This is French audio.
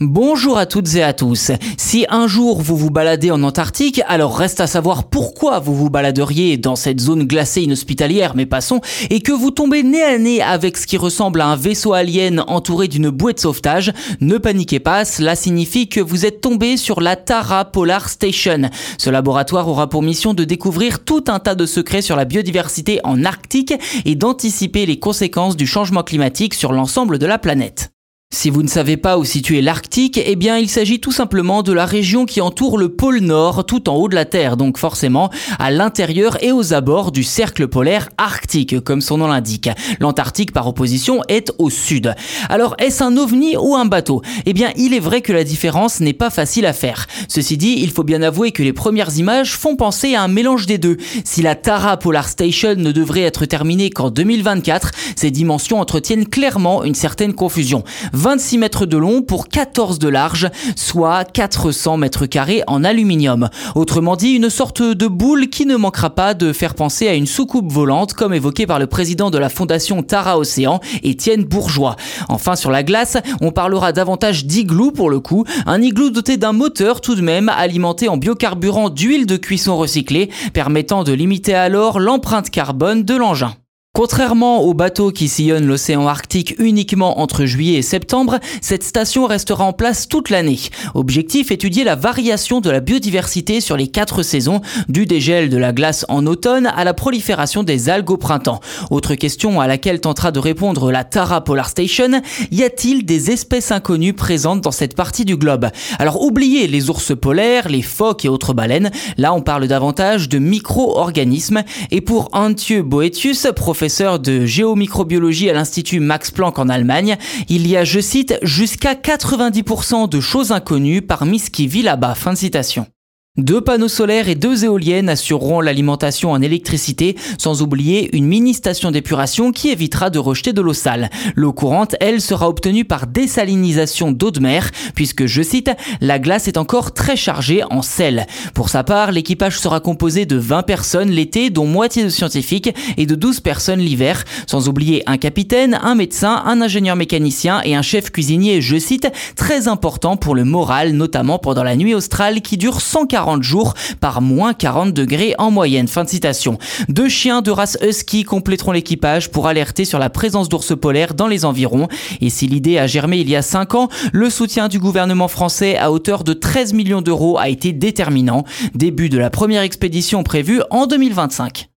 Bonjour à toutes et à tous. Si un jour vous vous baladez en Antarctique, alors reste à savoir pourquoi vous vous baladeriez dans cette zone glacée inhospitalière, mais passons, et que vous tombez nez à nez avec ce qui ressemble à un vaisseau alien entouré d'une bouée de sauvetage. Ne paniquez pas, cela signifie que vous êtes tombé sur la Tara Polar Station. Ce laboratoire aura pour mission de découvrir tout un tas de secrets sur la biodiversité en Arctique et d'anticiper les conséquences du changement climatique sur l'ensemble de la planète. Si vous ne savez pas où situer l'Arctique, eh bien il s'agit tout simplement de la région qui entoure le pôle Nord tout en haut de la Terre, donc forcément à l'intérieur et aux abords du cercle polaire arctique, comme son nom l'indique. L'Antarctique par opposition est au sud. Alors est-ce un ovni ou un bateau ? Eh bien il est vrai que la différence n'est pas facile à faire. Ceci dit, il faut bien avouer que les premières images font penser à un mélange des deux. Si la Tara Polar Station ne devrait être terminée qu'en 2024, ses dimensions entretiennent clairement une certaine confusion. 26 mètres de long pour 14 de large, soit 400 mètres carrés en aluminium. Autrement dit, une sorte de boule qui ne manquera pas de faire penser à une soucoupe volante, comme évoqué par le président de la fondation Tara Océan, Étienne Bourgeois. Enfin, sur la glace, on parlera davantage d'igloo pour le coup. Un igloo doté d'un moteur tout de même, alimenté en biocarburant d'huile de cuisson recyclée, permettant de limiter alors l'empreinte carbone de l'engin. Contrairement aux bateaux qui sillonnent l'océan Arctique uniquement entre juillet et septembre, cette station restera en place toute l'année. Objectif, étudier la variation de la biodiversité sur les 4 saisons, du dégel de la glace en automne à la prolifération des algues au printemps. Autre question à laquelle tentera de répondre la Tara Polar Station, y a-t-il des espèces inconnues présentes dans cette partie du globe ? Alors oubliez les ours polaires, les phoques et autres baleines, là on parle davantage de micro-organismes. Et pour Antje Boetius, professeur de géomicrobiologie à l'Institut Max Planck en Allemagne, il y a, je cite, jusqu'à 90% de choses inconnues parmi ce qui vit là-bas. Fin de citation. 2 panneaux solaires et 2 éoliennes assureront l'alimentation en électricité, sans oublier une mini-station d'épuration qui évitera de rejeter de l'eau sale. L'eau courante, elle, sera obtenue par désalinisation d'eau de mer, puisque, je cite, la glace est encore très chargée en sel. Pour sa part, l'équipage sera composé de 20 personnes l'été, dont moitié de scientifiques, et de 12 personnes l'hiver, sans oublier un capitaine, un médecin, un ingénieur mécanicien et un chef cuisinier, je cite, très important pour le moral, notamment pendant la nuit australe qui dure 140 jours par moins 40 degrés en moyenne. Fin de citation. 2 chiens de race husky compléteront l'équipage pour alerter sur la présence d'ours polaires dans les environs. Et si l'idée a germé il y a 5 ans, le soutien du gouvernement français à hauteur de 13 millions d'euros a été déterminant. Début de la première expédition prévue en 2025.